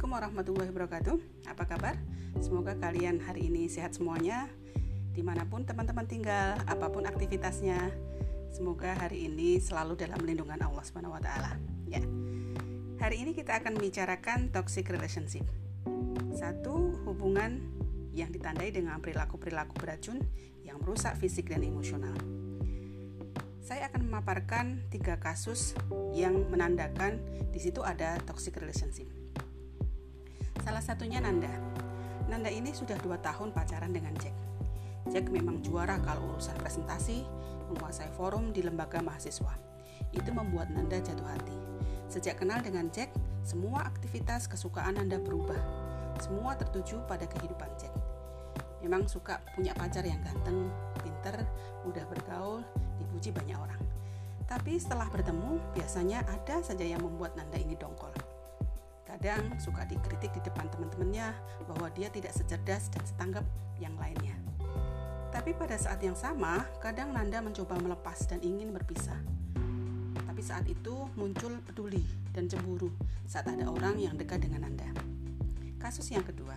Assalamualaikum warahmatullahi wabarakatuh. Apa kabar? Semoga kalian hari ini sehat semuanya, dimanapun teman-teman tinggal, apapun aktivitasnya. Semoga hari ini selalu dalam lindungan Allah SWT. Ya. Hari ini kita akan membicarakan toxic relationship. Satu hubungan yang ditandai dengan perilaku-perilaku beracun yang merusak fisik dan emosional. Saya akan memaparkan 3 kasus yang menandakan di situ ada toxic relationship. Salah satunya Nanda. Nanda ini sudah 2 tahun pacaran dengan Jack. Jack memang juara kalau urusan presentasi, menguasai forum di lembaga mahasiswa. Itu membuat Nanda jatuh hati. Sejak kenal dengan Jack, semua aktivitas kesukaan Nanda berubah. Semua tertuju pada kehidupan Jack. Memang suka punya pacar yang ganteng, pinter, mudah bergaul, dipuji banyak orang. Tapi setelah bertemu, biasanya ada saja yang membuat Nanda ini dongkol. Kadang suka dikritik di depan teman-temannya bahwa dia tidak secerdas dan setanggap yang lainnya. Tapi pada saat yang sama, kadang Nanda mencoba melepas dan ingin berpisah. Tapi saat itu muncul peduli dan cemburu saat ada orang yang dekat dengan Nanda. Kasus yang kedua.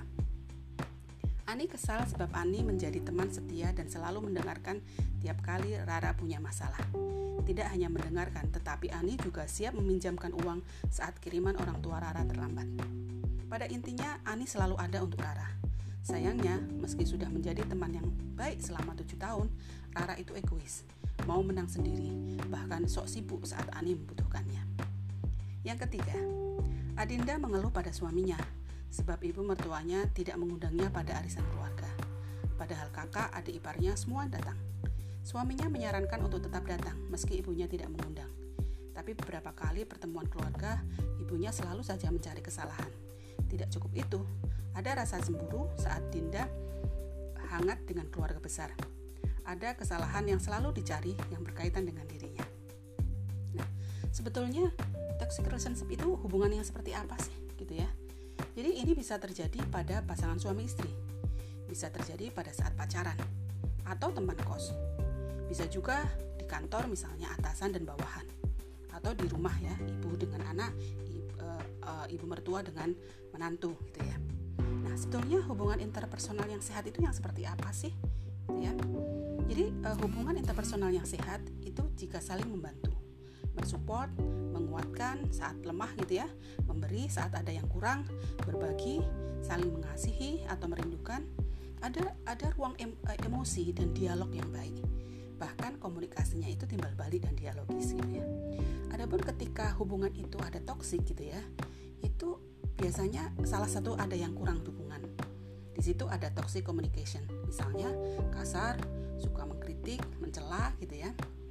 Ani kesal sebab Ani menjadi teman setia dan selalu mendengarkan tiap kali Rara punya masalah. Tidak hanya mendengarkan, tetapi Ani juga siap meminjamkan uang saat kiriman orang tua Rara terlambat. Pada intinya, Ani selalu ada untuk Rara. Sayangnya, meski sudah menjadi teman yang baik selama 7 tahun, Rara itu egois, mau menang sendiri, bahkan sok sibuk saat Ani membutuhkannya. Yang ketiga, Adinda mengeluh pada suaminya, sebab ibu mertuanya tidak mengundangnya pada arisan keluarga. Padahal kakak, adik iparnya semua datang. Suaminya menyarankan untuk tetap datang meski ibunya tidak mengundang. Tapi beberapa kali pertemuan keluarga, ibunya selalu saja mencari kesalahan. Tidak cukup itu, ada rasa cemburu saat Dinda hangat dengan keluarga besar. Ada kesalahan yang selalu dicari yang berkaitan dengan dirinya. Nah, sebetulnya toxic relationship itu hubungan yang seperti apa sih, gitu ya? Jadi ini bisa terjadi pada pasangan suami istri, bisa terjadi pada saat pacaran, atau teman kos. Bisa juga di kantor misalnya atasan dan bawahan, atau di rumah ya, ibu dengan anak, ibu mertua dengan menantu gitu ya. Nah, sebetulnya hubungan interpersonal yang sehat itu yang seperti apa sih? Gitu ya. Jadi hubungan interpersonal yang sehat itu jika saling membantu, mensupport, menguatkan saat lemah gitu ya, memberi saat ada yang kurang, berbagi, saling mengasihi atau merindukan, ada ruang emosi dan dialog yang baik. Bahkan komunikasinya itu timbal balik dan dialogis gitu ya. Adapun ketika hubungan itu ada toksik gitu ya, itu biasanya salah satu ada yang kurang dukungan. Di situ ada toxic communication, misalnya kasar, suka mengkritik, mencela gitu ya.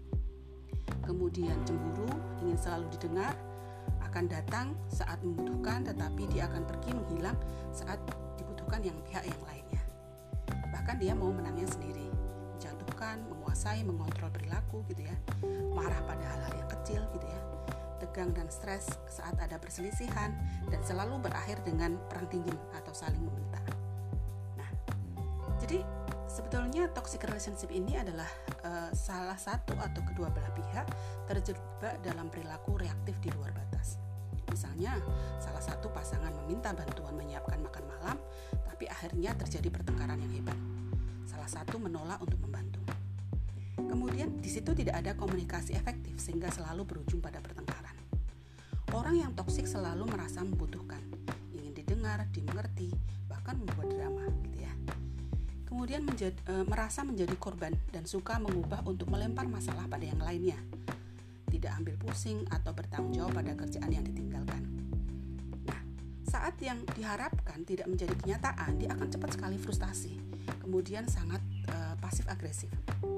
Kemudian cemburu, ingin selalu didengar, akan datang saat membutuhkan, tetapi dia akan pergi menghilang saat dibutuhkan yang pihak yang lainnya. Bahkan dia mau menangnya sendiri, menjatuhkan, menguasai, mengontrol perilaku gitu ya, marah pada hal-hal yang kecil gitu ya, tegang dan stres saat ada perselisihan, dan selalu berakhir dengan perang dingin atau saling membentak. Nah, jadi sebetulnya toxic relationship ini adalah salah satu atau kedua belah pihak terjebak dalam perilaku reaktif di luar batas. Misalnya, salah satu pasangan meminta bantuan menyiapkan makan malam, tapi akhirnya terjadi pertengkaran yang hebat. Salah satu menolak untuk membantu. Kemudian di situ tidak ada komunikasi efektif sehingga selalu berujung pada pertengkaran. Orang yang toksik selalu merasa membutuhkan, ingin didengar, dimengerti, bahkan membuat drama gitu ya. Kemudian merasa menjadi korban dan suka mengubah untuk melempar masalah pada yang lainnya. Tidak ambil pusing atau bertanggung jawab pada kerjaan yang ditinggalkan. Nah, saat yang diharapkan tidak menjadi kenyataan, dia akan cepat sekali frustasi. Kemudian sangat pasif agresif.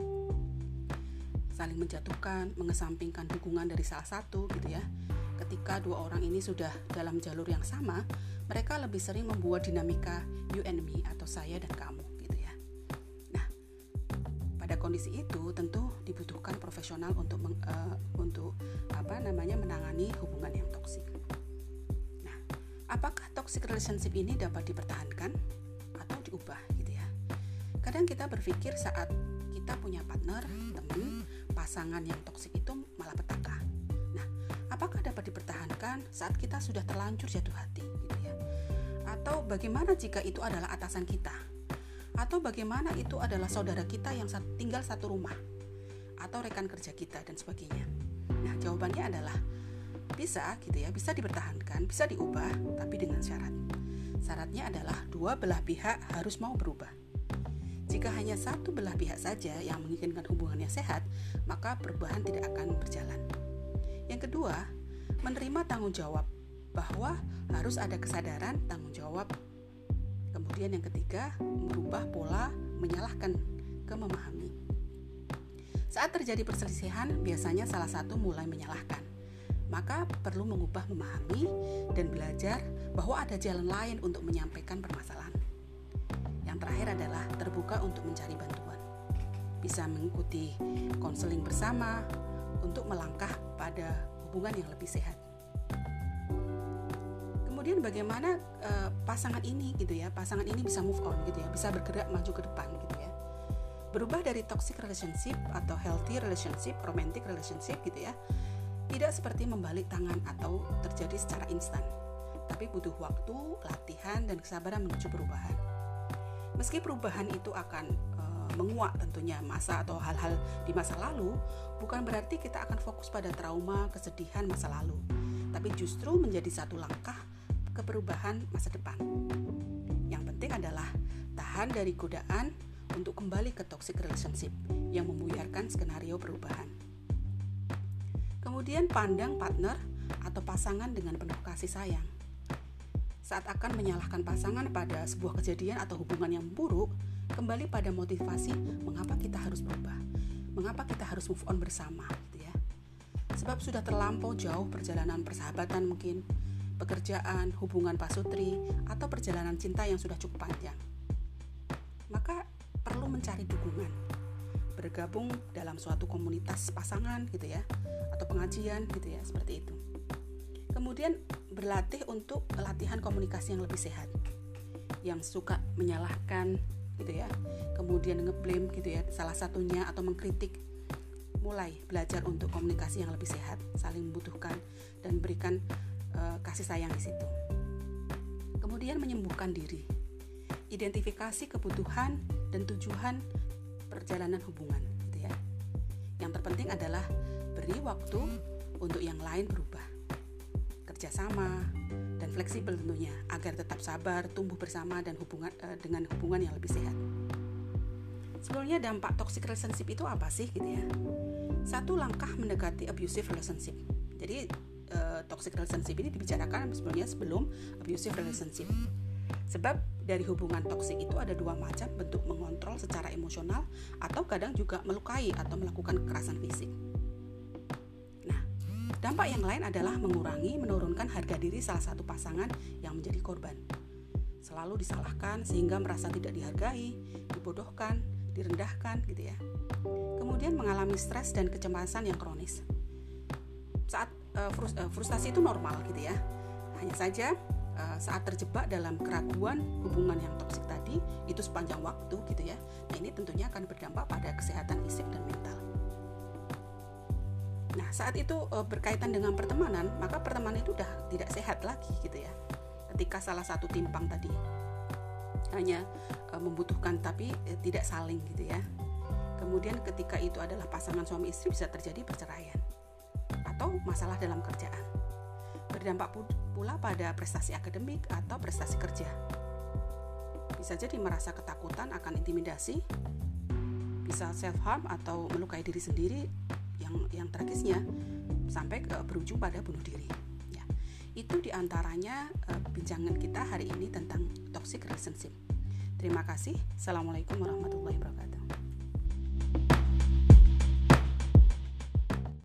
Saling menjatuhkan, mengesampingkan dukungan dari salah satu gitu ya. Ketika dua orang ini sudah dalam jalur yang sama, mereka lebih sering membuat dinamika you and me atau saya dan kamu. Kondisi itu tentu dibutuhkan profesional untuk menangani hubungan yang toksik. Nah, apakah toxic relationship ini dapat dipertahankan atau diubah gitu ya? Kadang kita berpikir saat kita punya partner, teman, pasangan yang toksik itu malah petaka. Nah, apakah dapat dipertahankan saat kita sudah terlanjur jatuh hati gitu ya? Atau bagaimana jika itu adalah atasan kita? Atau bagaimana itu adalah saudara kita yang tinggal satu rumah? Atau rekan kerja kita dan sebagainya. Nah, jawabannya adalah bisa gitu ya, bisa dipertahankan, bisa diubah, tapi dengan syarat. Syaratnya adalah dua belah pihak harus mau berubah. Jika hanya satu belah pihak saja yang menginginkan hubungannya sehat, maka perubahan tidak akan berjalan. Yang kedua, menerima tanggung jawab, bahwa harus ada kesadaran tanggung jawab. Kemudian yang ketiga, merubah pola menyalahkan ke memahami. Saat terjadi perselisihan, biasanya salah satu mulai menyalahkan. Maka perlu mengubah memahami dan belajar bahwa ada jalan lain untuk menyampaikan permasalahan. Yang terakhir adalah terbuka untuk mencari bantuan. Bisa mengikuti konseling bersama untuk melangkah pada hubungan yang lebih sehat. Kemudian bagaimana pasangan ini gitu ya, pasangan ini bisa move on gitu ya, bisa bergerak maju ke depan gitu ya. Berubah dari toxic relationship atau healthy relationship, romantic relationship gitu ya. Tidak seperti membalik tangan atau terjadi secara instan, tapi butuh waktu, latihan, dan kesabaran menuju perubahan. Meski perubahan itu akan menguak tentunya masa atau hal-hal di masa lalu, bukan berarti kita akan fokus pada trauma, kesedihan masa lalu, tapi justru menjadi satu langkah ke perubahan masa depan. Yang penting adalah tahan dari godaan untuk kembali ke toxic relationship yang membuyarkan skenario perubahan. Kemudian pandang partner atau pasangan dengan penuh kasih sayang. Saat akan menyalahkan pasangan pada sebuah kejadian atau hubungan yang buruk, kembali pada motivasi mengapa kita harus berubah, mengapa kita harus move on bersama gitu ya. Sebab sudah terlampau jauh perjalanan persahabatan mungkin, pekerjaan, hubungan pasutri, atau perjalanan cinta yang sudah cukup panjang. Maka perlu mencari dukungan, bergabung dalam suatu komunitas pasangan gitu ya, atau pengajian gitu ya, seperti itu. Kemudian berlatih untuk latihan komunikasi yang lebih sehat. Yang suka menyalahkan gitu ya, kemudian ngeblame gitu ya, salah satunya atau mengkritik, mulai belajar untuk komunikasi yang lebih sehat, saling membutuhkan dan berikan kasih sayang di situ. Kemudian menyembuhkan diri, identifikasi kebutuhan dan tujuan perjalanan hubungan gitu ya. Yang terpenting adalah beri waktu untuk yang lain berubah, kerjasama dan fleksibel tentunya agar tetap sabar, tumbuh bersama dan dengan hubungan yang lebih sehat. Sebelumnya dampak toxic relationship itu apa sih gitu ya? Satu, langkah mendekati abusive relationship. Jadi toxic relationship ini dibicarakan sebenarnya sebelum abusive relationship. Sebab dari hubungan toksik itu ada dua macam bentuk mengontrol secara emosional atau kadang juga melukai atau melakukan kekerasan fisik. Nah, dampak yang lain adalah menurunkan harga diri salah satu pasangan yang menjadi korban. Selalu disalahkan sehingga merasa tidak dihargai, dibodohkan, direndahkan gitu ya. Kemudian mengalami stres dan kecemasan yang kronis. Saat frustasi itu normal gitu ya. Hanya saja saat terjebak dalam keraguan hubungan yang toksik tadi itu sepanjang waktu gitu ya. Nah, ini tentunya akan berdampak pada kesehatan fisik dan mental. Nah, saat itu berkaitan dengan pertemanan, maka pertemanan itu udah tidak sehat lagi gitu ya. Ketika salah satu timpang tadi hanya membutuhkan tapi tidak saling gitu ya. Kemudian ketika itu adalah pasangan suami istri bisa terjadi perceraian atau masalah dalam kerjaan. Berdampak pula pada prestasi akademik atau prestasi kerja. Bisa jadi merasa ketakutan akan intimidasi, bisa self-harm atau melukai diri sendiri, yang tragisnya sampai berujung pada bunuh diri. Ya, itu diantaranya bincangan kita hari ini tentang toxic relationship. Terima kasih. Assalamualaikum warahmatullahi wabarakatuh.